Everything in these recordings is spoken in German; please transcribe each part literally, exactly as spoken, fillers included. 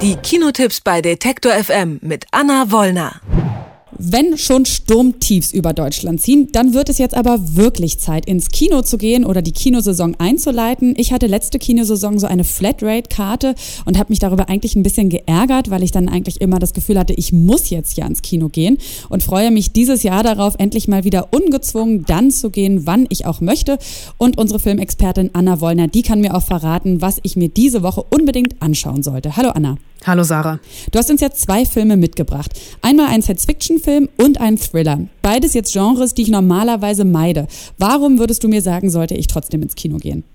Die Kinotipps bei Detektor F M mit Anna Wollner. Wenn schon Sturmtiefs über Deutschland ziehen, dann wird es jetzt aber wirklich Zeit, ins Kino zu gehen oder die Kinosaison einzuleiten. Ich hatte letzte Kinosaison so eine Flatrate-Karte und habe mich darüber eigentlich ein bisschen geärgert, weil ich dann eigentlich immer das Gefühl hatte, ich muss jetzt ja ins Kino gehen und freue mich dieses Jahr darauf, endlich mal wieder ungezwungen dann zu gehen, wann ich auch möchte. Und unsere Filmexpertin Anna Wollner, die kann mir auch verraten, was ich mir diese Woche unbedingt anschauen sollte. Hallo Anna. Hallo Sarah. Du hast uns jetzt zwei Filme mitgebracht. Einmal ein Science-Fiction-Film und ein Thriller. Beides jetzt Genres, die ich normalerweise meide. Warum würdest du mir sagen, sollte ich trotzdem ins Kino gehen?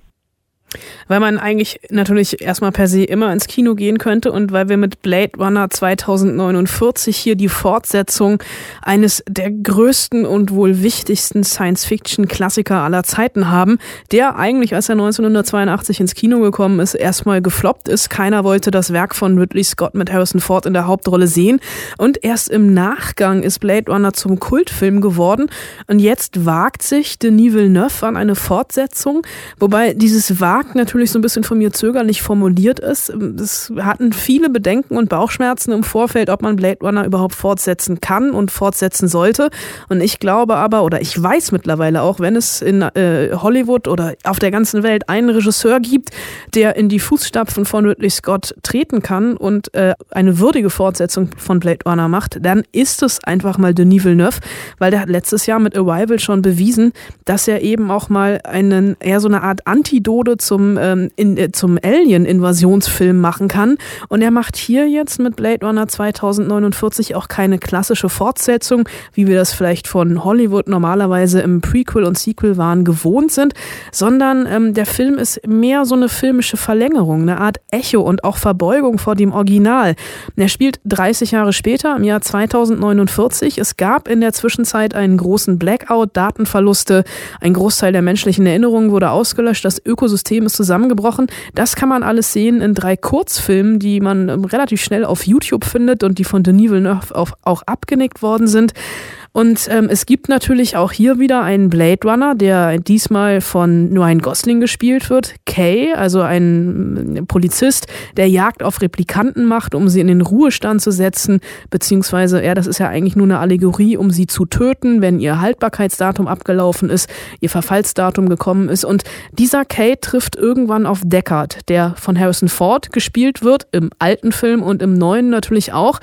Weil man eigentlich natürlich erstmal per se immer ins Kino gehen könnte und weil wir mit Blade Runner zweitausendneunundvierzig hier die Fortsetzung eines der größten und wohl wichtigsten Science-Fiction-Klassiker aller Zeiten haben, der eigentlich, als er neunzehnhundertzweiundachtzig ins Kino gekommen ist, erstmal gefloppt ist. Keiner wollte das Werk von Ridley Scott mit Harrison Ford in der Hauptrolle sehen und erst im Nachgang ist Blade Runner zum Kultfilm geworden und jetzt wagt sich Denis Villeneuve an eine Fortsetzung, wobei dieses Wagt natürlich so ein bisschen von mir zögerlich formuliert ist. Es hatten viele Bedenken und Bauchschmerzen im Vorfeld, ob man Blade Runner überhaupt fortsetzen kann und fortsetzen sollte. Und ich glaube aber, oder ich weiß mittlerweile auch, wenn es in äh, Hollywood oder auf der ganzen Welt einen Regisseur gibt, der in die Fußstapfen von Ridley Scott treten kann und äh, eine würdige Fortsetzung von Blade Runner macht, dann ist es einfach mal Denis Villeneuve, weil der hat letztes Jahr mit Arrival schon bewiesen, dass er eben auch mal einen, eher so eine Art Antidode zum, ähm, in, äh, zum Alien-Invasionsfilm machen kann. Und er macht hier jetzt mit Blade Runner zweitausendneunundvierzig auch keine klassische Fortsetzung, wie wir das vielleicht von Hollywood normalerweise im Prequel und Sequel waren gewohnt sind, sondern ähm, der Film ist mehr so eine filmische Verlängerung, eine Art Echo und auch Verbeugung vor dem Original. Er spielt dreißig Jahre später, im Jahr zweitausendneunundvierzig. Es gab in der Zwischenzeit einen großen Blackout, Datenverluste, ein Großteil der menschlichen Erinnerungen wurde ausgelöscht, das Ökosystem ist zusammengebrochen. Das kann man alles sehen in drei Kurzfilmen, die man relativ schnell auf YouTube findet und die von Denis Villeneuve auch, auch abgenickt worden sind. Und ähm, es gibt natürlich auch hier wieder einen Blade Runner, der diesmal von Ryan Gosling gespielt wird. Kay, also ein Polizist, der Jagd auf Replikanten macht, um sie in den Ruhestand zu setzen, beziehungsweise, ja, das ist ja eigentlich nur eine Allegorie, um sie zu töten, wenn ihr Haltbarkeitsdatum abgelaufen ist, ihr Verfallsdatum gekommen ist. Und dieser Kay trifft irgendwann auf Deckard, der von Harrison Ford gespielt wird, im alten Film und im neuen natürlich auch.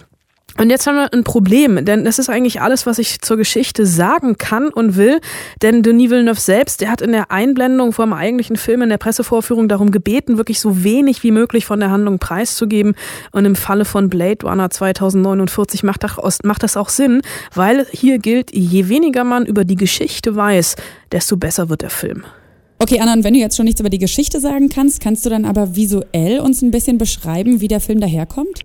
Und jetzt haben wir ein Problem, denn das ist eigentlich alles, was ich zur Geschichte sagen kann und will, denn Denis Villeneuve selbst, der hat in der Einblendung vor dem eigentlichen Film, in der Pressevorführung darum gebeten, wirklich so wenig wie möglich von der Handlung preiszugeben und im Falle von Blade Runner zweitausendneunundvierzig macht das, macht das auch Sinn, weil hier gilt, je weniger man über die Geschichte weiß, desto besser wird der Film. Okay, Anna, und wenn du jetzt schon nichts über die Geschichte sagen kannst, kannst du dann aber visuell uns ein bisschen beschreiben, wie der Film daherkommt?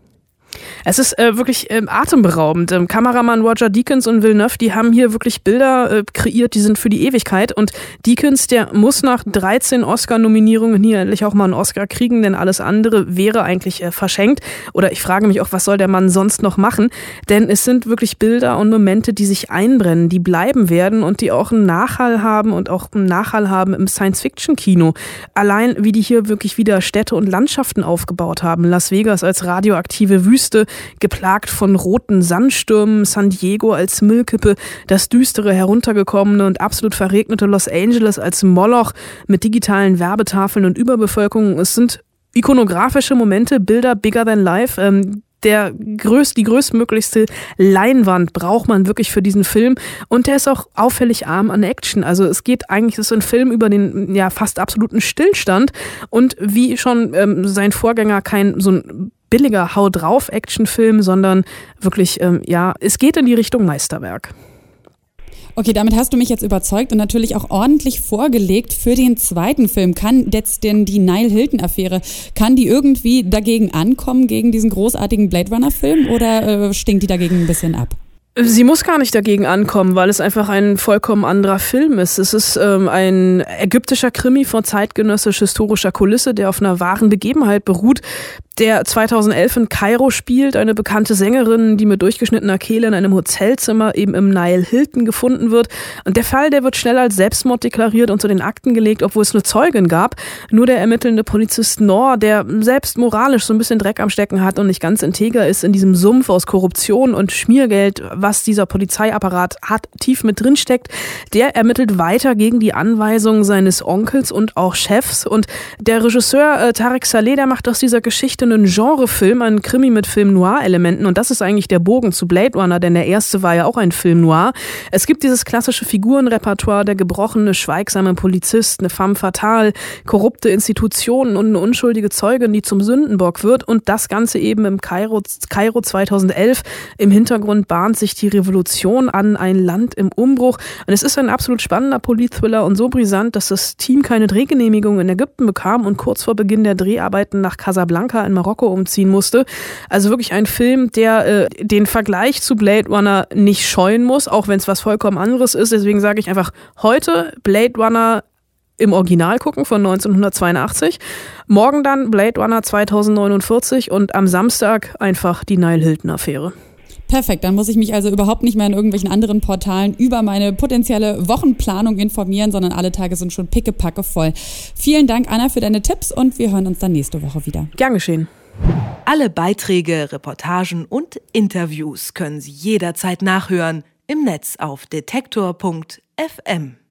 Es ist äh, wirklich äh, atemberaubend. Ähm, Kameramann Roger Deakins und Villeneuve, die haben hier wirklich Bilder äh, kreiert, die sind für die Ewigkeit. Und Deakins, der muss nach dreizehn Oscar-Nominierungen hier endlich auch mal einen Oscar kriegen, denn alles andere wäre eigentlich äh, verschenkt. Oder ich frage mich auch, was soll der Mann sonst noch machen? Denn es sind wirklich Bilder und Momente, die sich einbrennen, die bleiben werden und die auch einen Nachhall haben und auch einen Nachhall haben im Science-Fiction-Kino. Allein, wie die hier wirklich wieder Städte und Landschaften aufgebaut haben. Las Vegas als radioaktive Wüste, geplagt von roten Sandstürmen, San Diego als Müllkippe, das düstere, heruntergekommene und absolut verregnete Los Angeles als Moloch mit digitalen Werbetafeln und Überbevölkerung. Es sind ikonografische Momente, Bilder bigger than life. Ähm, der größt, die größtmöglichste Leinwand braucht man wirklich für diesen Film und der ist auch auffällig arm an Action. Also es geht eigentlich, es ist ein Film über den ja fast absoluten Stillstand und wie schon ähm, sein Vorgänger kein so ein billiger Hau-drauf-Actionfilm, sondern wirklich, ähm, ja, es geht in die Richtung Meisterwerk. Okay, damit hast du mich jetzt überzeugt und natürlich auch ordentlich vorgelegt für den zweiten Film. Kann jetzt denn die Niall-Hilton-Affäre, kann die irgendwie dagegen ankommen, gegen diesen großartigen Blade Runner-Film oder äh, stinkt die dagegen ein bisschen ab? Sie muss gar nicht dagegen ankommen, weil es einfach ein vollkommen anderer Film ist. Es ist ähm, ein ägyptischer Krimi von zeitgenössisch-historischer Kulisse, der auf einer wahren Begebenheit beruht. der zweitausendelf in Kairo spielt. Eine bekannte Sängerin, die mit durchgeschnittener Kehle in einem Hotelzimmer eben im Nile Hilton gefunden wird. Und der Fall, der wird schnell als Selbstmord deklariert und zu den Akten gelegt, obwohl es eine Zeugin gab. Nur der ermittelnde Polizist Noor, der selbst moralisch so ein bisschen Dreck am Stecken hat und nicht ganz integer ist in diesem Sumpf aus Korruption und Schmiergeld, was dieser Polizeiapparat hat, tief mit drin steckt, der ermittelt weiter gegen die Anweisungen seines Onkels und auch Chefs. Und der Regisseur äh, Tarek Saleh, der macht aus dieser Geschichte einen Genrefilm, einen Krimi mit Film-Noir-Elementen, und das ist eigentlich der Bogen zu Blade Runner, denn der erste war ja auch ein Film-Noir. Es gibt dieses klassische Figurenrepertoire, der gebrochene, schweigsame Polizist, eine femme fatale, korrupte Institutionen und eine unschuldige Zeugin, die zum Sündenbock wird, und das Ganze eben im Kairo, Kairo zweitausendelf. Im Hintergrund bahnt sich die Revolution an, ein Land im Umbruch, und es ist ein absolut spannender Polit-Thriller und so brisant, dass das Team keine Drehgenehmigung in Ägypten bekam und kurz vor Beginn der Dreharbeiten nach Casablanca in Marokko umziehen musste. Also wirklich ein Film, der äh, den Vergleich zu Blade Runner nicht scheuen muss, auch wenn es was vollkommen anderes ist. Deswegen sage ich einfach heute Blade Runner im Original gucken von neunzehnhundertzweiundachtzig. Morgen dann Blade Runner zweitausendneunundvierzig und am Samstag einfach die Nile Hilton-Affäre. Perfekt, dann muss ich mich also überhaupt nicht mehr in irgendwelchen anderen Portalen über meine potenzielle Wochenplanung informieren, sondern alle Tage sind schon pickepacke voll. Vielen Dank, Anna, für deine Tipps und wir hören uns dann nächste Woche wieder. Gern geschehen. Alle Beiträge, Reportagen und Interviews können Sie jederzeit nachhören im Netz auf detektor punkt f m.